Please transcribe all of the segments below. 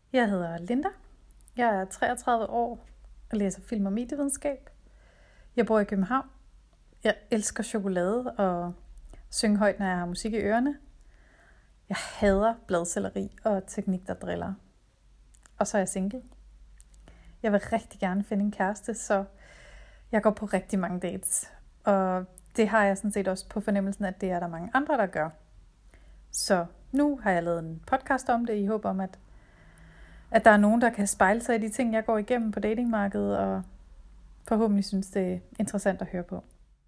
Jeg hedder Linda. Jeg er 33 år og læser film- og medievidenskab. Jeg bor i København. Jeg elsker chokolade og synge højt, når jeg har musik i ørerne. Jeg hader bladcelleri og teknik, der driller. Og så er jeg single. Jeg vil rigtig gerne finde en kæreste, så jeg går på rigtig mange dates. Og det har jeg sådan set også på fornemmelsen, at det er der mange andre, der gør. Så nu har jeg lavet en podcast om det, i håb om, at der er nogen, der kan spejle sig i de ting, jeg går igennem på datingmarkedet, og forhåbentlig synes, det er interessant at høre på.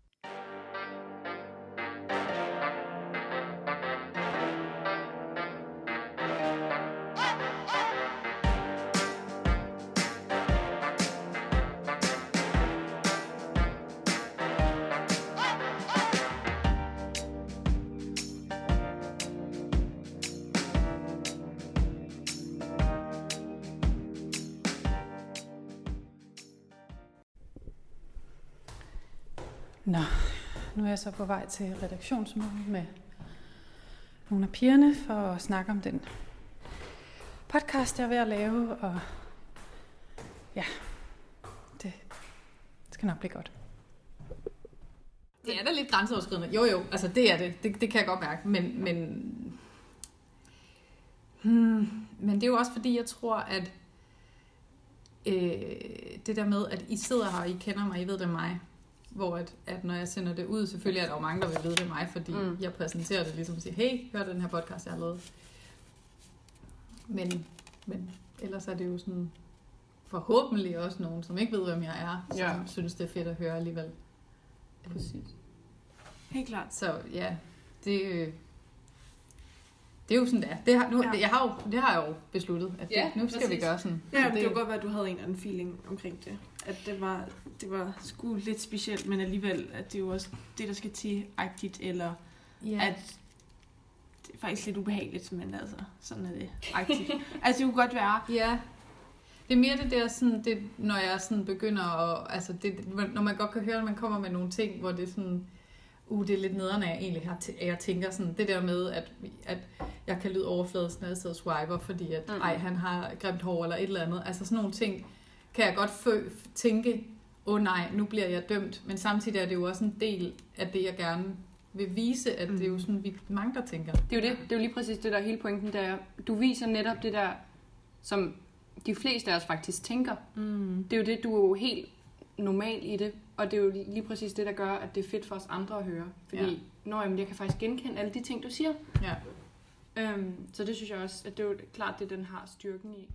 Nå, nu er jeg så på vej til redaktionsmøde med nogle af pigerne for at snakke om den podcast, jeg er ved at lave, og ja, det skal nok blive godt. Det er da lidt grænseoverskridende. Jo, altså det er det. Det kan jeg godt mærke, men det er jo også fordi, jeg tror, at det der med, at I sidder her, og I kender mig, I ved det er mig, hvor at når jeg sender det ud, selvfølgelig er der jo mange, der vil vide det er mig, fordi jeg præsenterer det ligesom og siger, hey, hør den her podcast, jeg har lavet. Men ellers er det jo sådan forhåbentlig også nogen, som ikke ved, hvem jeg er, som synes, det er fedt at høre alligevel. Præcis. Helt klart. Så ja, det er jo sådan, det er. Det har jeg jo besluttet, at nu skal vi gøre sådan. Ja, det kunne godt være, at du havde en eller anden feeling omkring det. At det var sgu lidt specielt, men alligevel, at det er jo også det, der skal til-agtigt, eller at det er faktisk lidt ubehageligt, men altså, sådan er det agtigt. Altså, det kunne godt være. Ja. Det er mere det der, sådan, det, når jeg sådan begynder at, altså når man godt kan høre, at man kommer med nogle ting, hvor det er sådan, det er lidt nederen, jeg tænker sådan, det der med, at jeg kan lyde overfladisk, når jeg sidder og swiper, fordi at, han har grimt hår eller et eller andet. Altså sådan nogle ting, kan jeg godt tænke, nej, nu bliver jeg dømt, men samtidig er det jo også en del af det, jeg gerne vil vise, at det er jo sådan, vi mange, der tænker. Det er jo det. Det er jo lige præcis det, der er hele pointen, der du viser netop det der, som de fleste af os faktisk tænker. Det er jo det, du er jo helt normal i det, og det er jo lige præcis det, der gør, at det er fedt for os andre at høre. Fordi, jeg kan faktisk genkende alle de ting, du siger. Ja. Så det synes jeg også, at det er jo klart, det den har styrken i.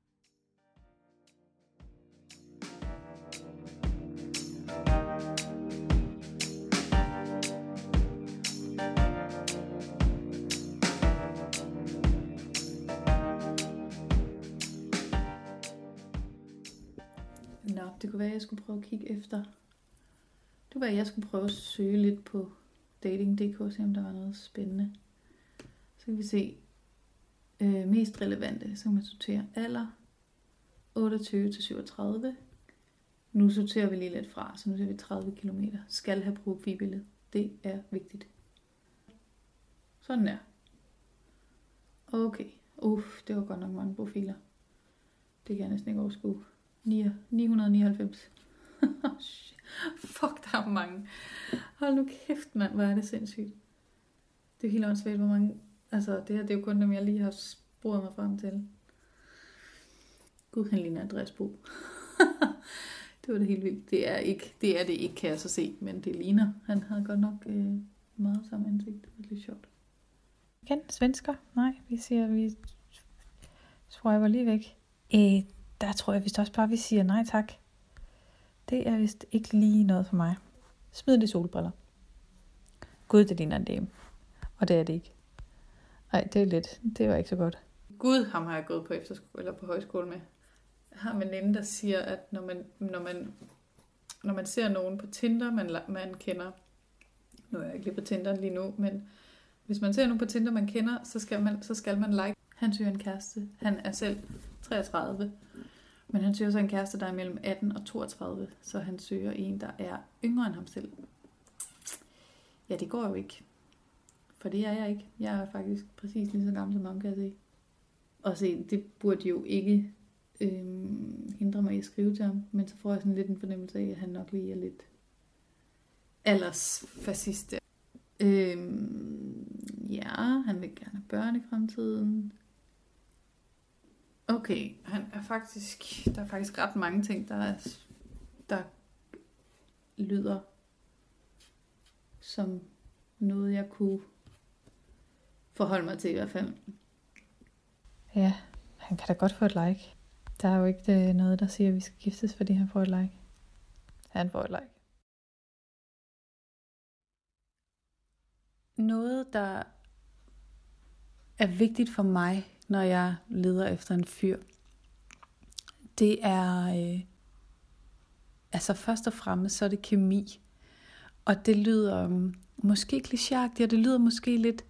Nå, det kunne være, at jeg skulle prøve at kigge efter. Det kunne være, at jeg skulle prøve at søge lidt på dating.dk, se om der var noget spændende. Så kan vi se mest relevante, så kan man sortere alder 28-37. Nu sorterer vi lige lidt fra, så nu ser vi 30 km. Skal have profilbillede. Det er vigtigt. Sådan der. Okay. Det var godt nok mange profiler. Det kan jeg næsten ikke overskue. 999. Fuck, der er mange. Hold nu kæft, mand. Hvor er det sindssygt. Det er helt åndssvagt, hvor mange. Altså, det her, det er jo kun dem, jeg lige har sporet mig frem til. Gud, han ligner Andreas Bo. Det var det helt vildt. Det er det ikke, kan jeg så se. Men det ligner. Han havde godt nok meget samme ansigt. Det var lidt sjovt. Igen, svensker? Nej, vi swiper lige væk. Der tror jeg vist også bare, vi siger nej tak. Det er vist ikke lige noget for mig. Smid de solbriller. Gud, det ligner en dame. Og det er det ikke. Nej, det er lidt. Det var ikke så godt. Gud, ham har jeg gået på efterskole eller på højskole med. Jeg har en veninde, der siger, at når man ser nogen på Tinder, man kender. Nu er jeg ikke lige på Tinder lige nu, men hvis man ser nogen på Tinder, man kender, så skal man like. Han søger en kæreste. Han er selv 33. Men han søger så en kæreste, der er mellem 18 og 32. Så han søger en, der er yngre end ham selv. Ja, det går jo ikke. For det er jeg ikke. Jeg er faktisk præcis lige så gammel som ham, kan jeg se. Og se, det burde jo ikke hindre mig i at skrive til ham, men så får jeg sådan lidt en fornemmelse af, at han nok lige er lidt aldersfascist. Ja, han vil gerne have børn i fremtiden. Okay, der er faktisk ret mange ting, der lyder som noget, jeg kunne forholde mig til i hvert fald. Ja, han kan da godt få et like. Der er jo ikke noget, der siger, at vi skal giftes, fordi han får et like. Han får et like. Noget, der er vigtigt for mig, når jeg leder efter en fyr, det er, altså først og fremmest, så er det kemi. Og det lyder måske klichéagtigt, og det lyder måske lidt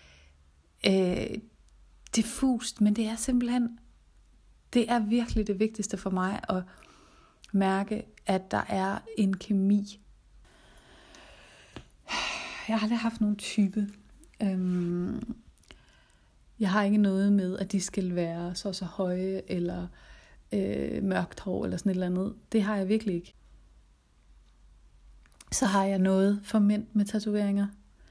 diffust, men det er simpelthen, det er virkelig det vigtigste for mig at mærke, at der er en kemi. Jeg har aldrig haft nogen type. Jeg har ikke noget med, at de skal være så høje, eller mørkt hår, eller sådan et eller andet. Det har jeg virkelig ikke. Så har jeg noget for mænd med tatoveringer.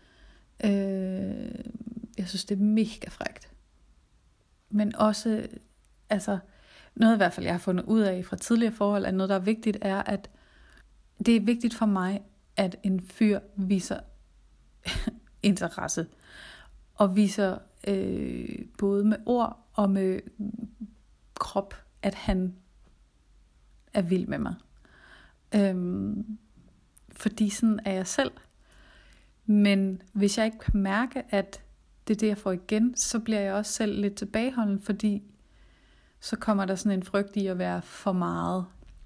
Jeg synes, det er mega frækt. Men også, altså, noget i hvert fald, jeg har fundet ud af fra tidligere forhold, at noget, der er vigtigt, er, at det er vigtigt for mig, at en fyr viser interesse. Og viser både med ord og med krop, at han er vild med mig. Fordi sådan er jeg selv. Men hvis jeg ikke kan mærke, at det er det, jeg får igen, så bliver jeg også selv lidt tilbageholden, fordi så kommer der sådan en frygt i at være for meget.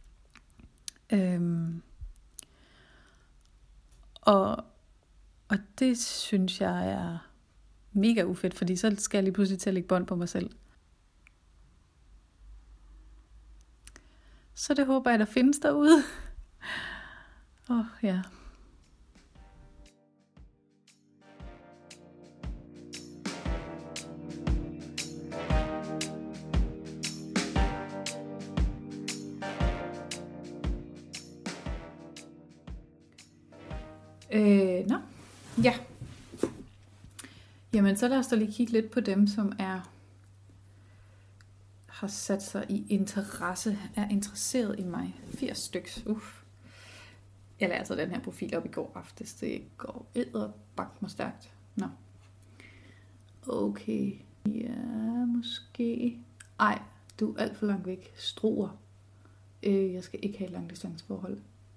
Og det synes jeg er mega ufedt, fordi så skal jeg lige pludselig til at lægge bånd på mig selv. Så det håber jeg, der findes derude. Ja. Ja. Jamen, så lad os da lige kigge lidt på dem, som har sat sig i interesse, er interesseret i mig. 80 styks. Jeg lærte altså den her profil op i går aftes. Det går edderbank mig stærkt. Nå. Okay. Ja, måske. Ej, du er alt for langt væk. Struer. Jeg skal ikke have et langdistanceforhold.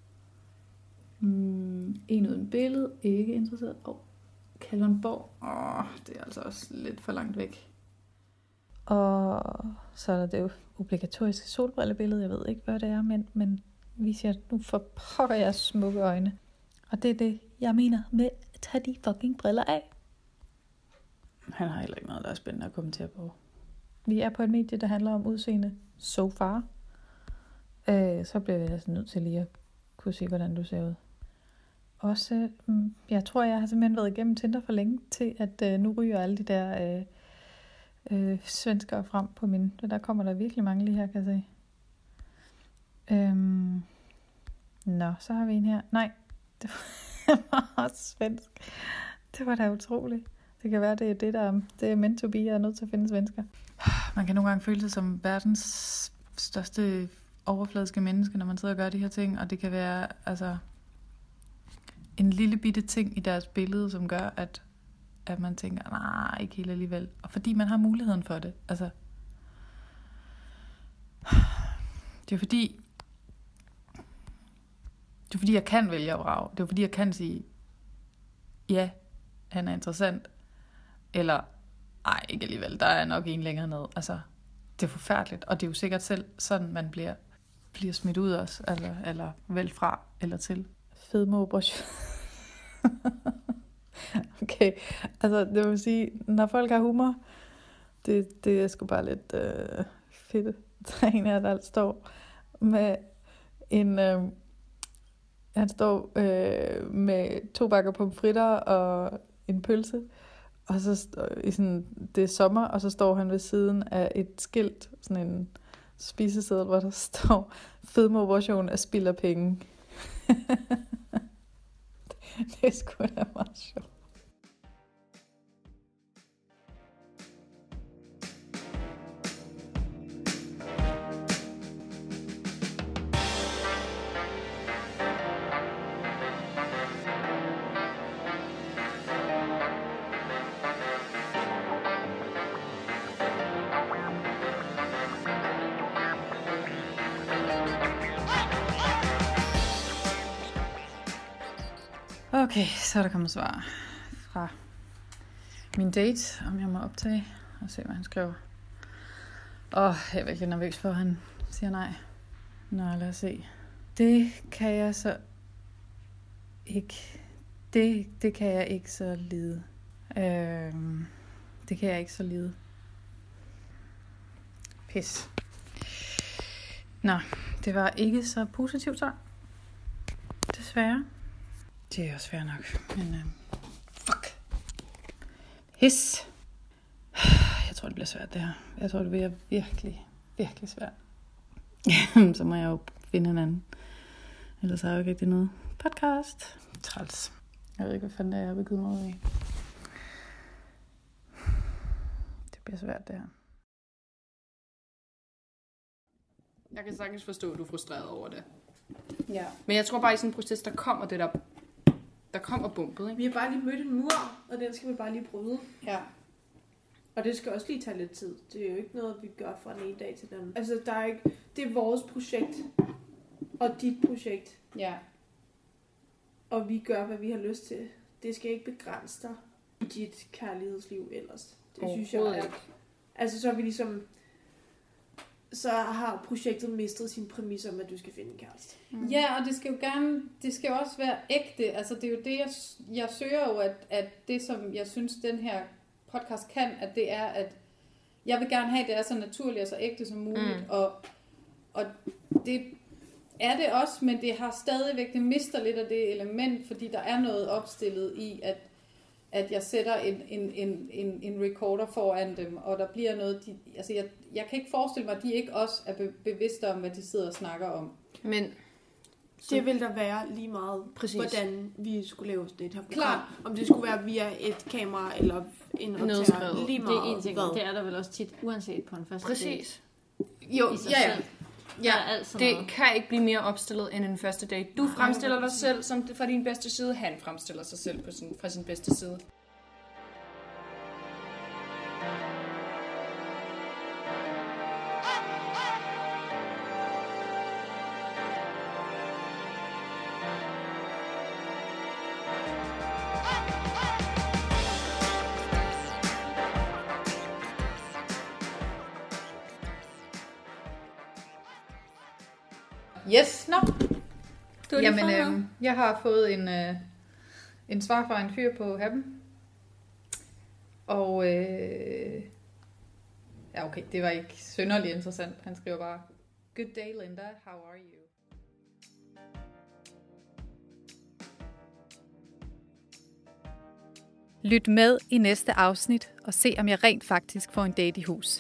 En uden billede. Ikke interesseret. Kalundborg. Det er altså også lidt for langt væk. Og så er der det jo obligatoriske solbrillebillede. Jeg ved ikke, hvad det er, men vi siger, nu for pokker jeres smukke øjne. Og det er det, jeg mener med at tage de fucking briller af. Han har heller ikke noget, der er spændende at kommentere på. Vi er på et medie, der handler om udseende so far. Så bliver vi altså nødt til lige at kunne se, hvordan du ser ud. Også, jeg tror, jeg har simpelthen været igennem Tinder for længe til, at nu ryger alle de der svenskere frem på min. Der kommer der virkelig mange lige her, kan jeg se. Så har vi en her. Nej, det var også svensk. Det var da utroligt. Det kan være, det er meant to be. Jeg er nødt til at finde svensker. Man kan nogle gange føle sig som verdens største overfladiske menneske, når man sidder og gør de her ting. Og det kan være altså en lille bitte ting i deres billede, som gør, at man tænker, nej, ikke helt alligevel. Og fordi man har muligheden for det. Altså, det er fordi jeg kan vælge at vrage. Det er fordi jeg kan sige, ja, han er interessant. Eller, ej, ikke alligevel, der er nok en længere ned. Altså, det er forfærdeligt. Og det er jo sikkert selv sådan, man bliver smidt ud også. Eller vel fra eller til. Fedmeoperation. Okay, altså det vil sige, når folk har humor, det er sgu bare lidt fedt. Der er en her, der står med han står med 2 bakker pomfritter og en pølse, Og så det er sommer, og så står han ved siden af et skilt, sådan en spisested, hvor der står fedmeoperation af spild af penge. Det er sgu da meget sjovt. Okay, så er der kommet svar fra min date, om jeg må optage og se, hvad han skriver. Jeg er virkelig nervøs for, at han siger nej. Nå, lad os se. Det kan jeg så ikke. Det kan jeg ikke så lide. Det kan jeg ikke så lide. Pis. Nå, det var ikke så positivt så. Desværre. Det er også fair nok, men fuck. His. Jeg tror, det bliver svært det her. Jeg tror, det bliver virkelig, virkelig svært. Så må jeg jo finde en anden. Ellers har jeg jo ikke rigtig noget podcast. Træls. Jeg ved ikke, hvad fanden det er, jeg har begivet mig ud i. Det bliver svært det her. Jeg kan sagtens forstå, at du er frustreret over det. Ja. Men jeg tror bare, i sådan en proces, der kommer det der kommer bumpet, ikke? Vi har bare lige mødt en mur, og den skal vi bare lige bryde. Ja. Og det skal også lige tage lidt tid. Det er jo ikke noget, vi gør fra den ene dag til den anden. Altså, det er vores projekt. Og dit projekt. Ja. Og vi gør, hvad vi har lyst til. Det skal ikke begrænse dig i dit kærlighedsliv ellers. Det synes jeg er... Altså, så er vi ligesom... Så har projektet mistet sin præmis om, at du skal finde en kæreste. Mm. Ja, og det skal jo også være ægte. Altså, det er jo det, jeg søger jo, at det, som jeg synes, den her podcast kan, at det er, at jeg vil gerne have, at det er så naturligt og så ægte som muligt. Mm. Og det er det også, men det har stadigvæk, det mister lidt af det element, fordi der er noget opstillet i, at jeg sætter en recorder foran dem, og der bliver noget... jeg kan ikke forestille mig, at de ikke også er bevidste om, hvad de sidder og snakker om. Men det vil der være lige meget, præcis, hvordan vi skulle lave det her program. Klar. Om det skulle være via et kamera eller en optager. Lige meget. Det er en ting, det er der vel også tit, uanset på en første præcis. date. Jo, ja. Ja, det kan ikke blive mere opstillet end en første date. Du fremstiller dig selv som fra din bedste side, han fremstiller sig selv fra sin bedste side. Yes, nå. Jamen, jeg har fået en svar fra en fyr på Happen. Og ja, okay, det var ikke synderligt interessant. Han skriver bare, Good day, Linda. How are you? Lyt med i næste afsnit og se, om jeg rent faktisk får en date i hus.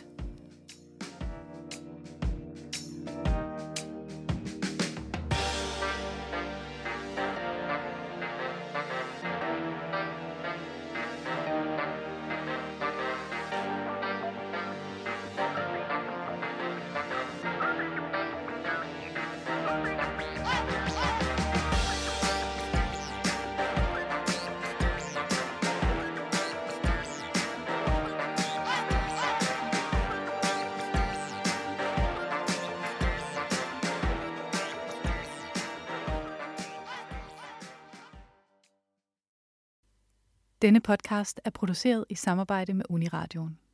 Denne podcast er produceret i samarbejde med Uniradioen.